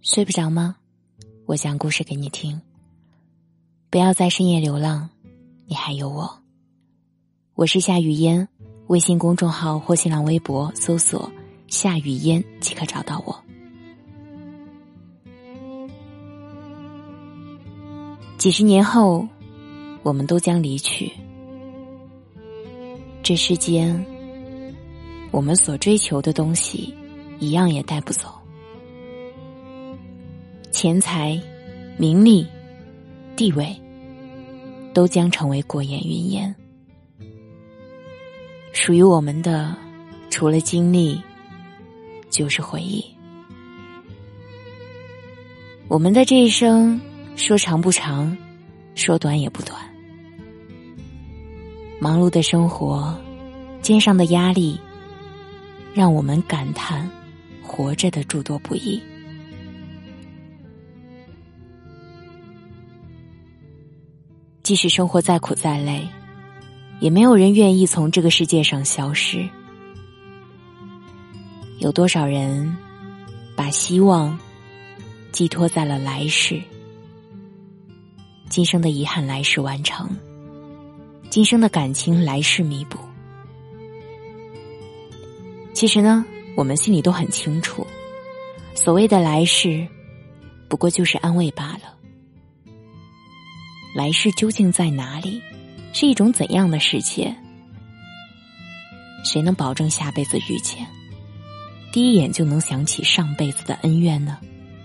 睡不着吗？我讲故事给你听。不要在深夜流浪，你还有我。我是夏雨嫣，微信公众号或新浪微博搜索夏雨嫣即可找到我。几十年后，我们都将离去。这世间，我们所追求的东西，一样也带不走。钱财、名利、地位，都将成为过眼云烟。属于我们的，除了经历，就是回忆。我们的这一生，说长不长，说短也不短。忙碌的生活，肩上的压力，让我们感叹活着的诸多不易。即使生活再苦再累，也没有人愿意从这个世界上消失。有多少人把希望寄托在了来世，今生的遗憾来世完成，今生的感情来世弥补。其实呢，我们心里都很清楚，所谓的来世不过就是安慰罢了。来世究竟在哪里？是一种怎样的世界？谁能保证下辈子遇见？第一眼就能想起上辈子的恩怨呢？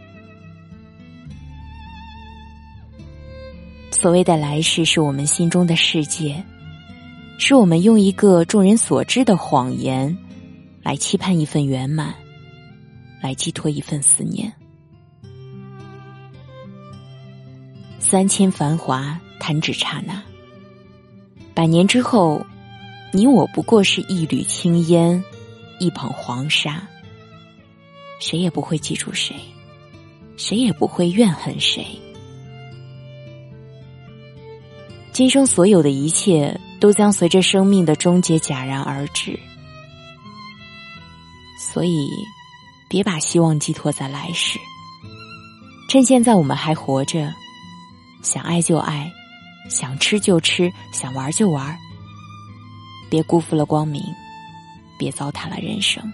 所谓的来世，是我们心中的世界，是我们用一个众人所知的谎言来期盼一份圆满，来寄托一份思念。3000繁华弹指刹那，100年之后，你我不过是一缕青烟，一捧黄沙，谁也不会记住谁，谁也不会怨恨谁。今生所有的一切都将随着生命的终结戛然而止，所以别把希望寄托在来世，趁现在我们还活着，想爱就爱，想吃就吃，想玩就玩，别辜负了光明，别糟蹋了人生。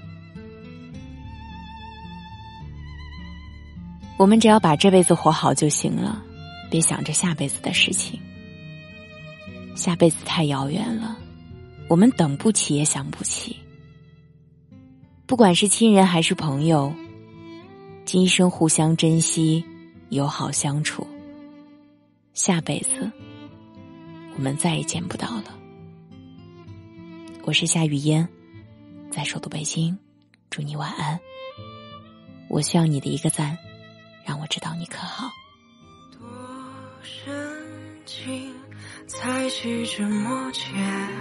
我们只要把这辈子活好就行了，别想着下辈子的事情。下辈子太遥远了，我们等不起也想不起。不管是亲人还是朋友，今生互相珍惜，友好相处，下辈子我们再也见不到了。我是夏雨嫣，在首都北京，祝你晚安。我需要你的一个赞，让我知道你可好。 多深情才细枝末节，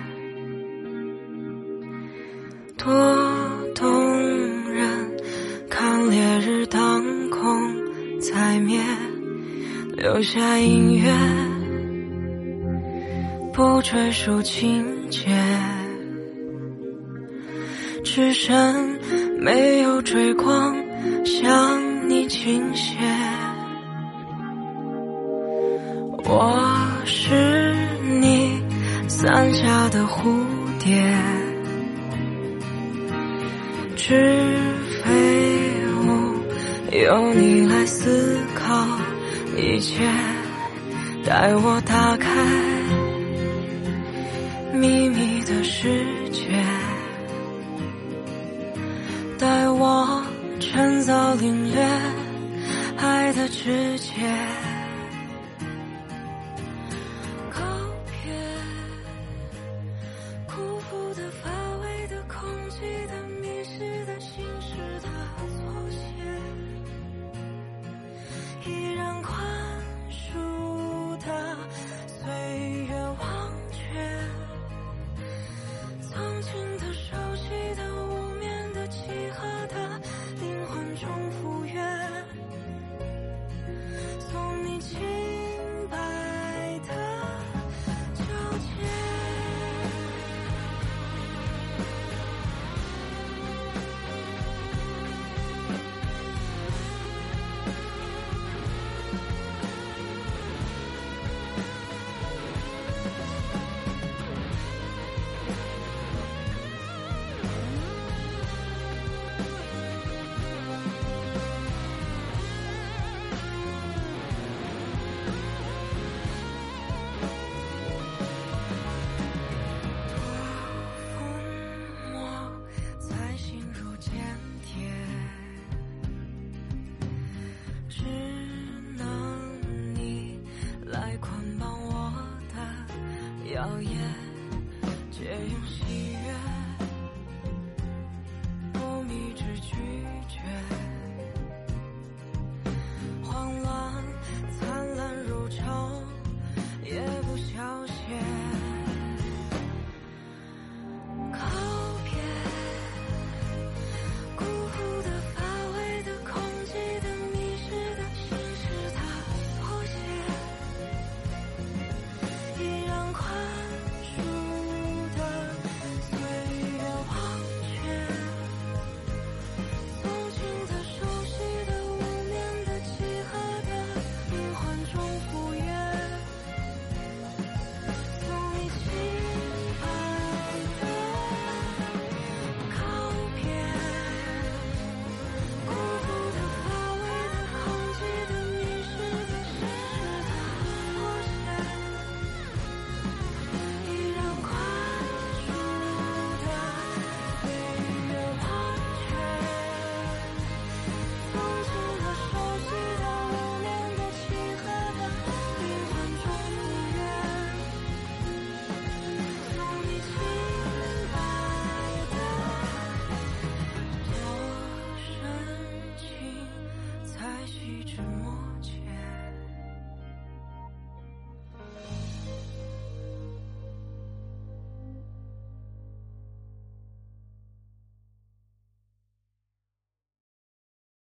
多动人看烈日当空才灭，留下音乐，不赘述情节，只剩没有追光向你倾斜。我是你伞下的蝴蝶，只飞舞由你来思考一切，带我打开秘密的世界，带我趁早领略爱的直接。告别辜负的乏味的空气的迷失的心事的错写，依然宽恕的岁月忘却，曾经的熟悉的无眠的契合的灵魂中赴约，送你清白的皎洁。 耀眼，借用喜悦。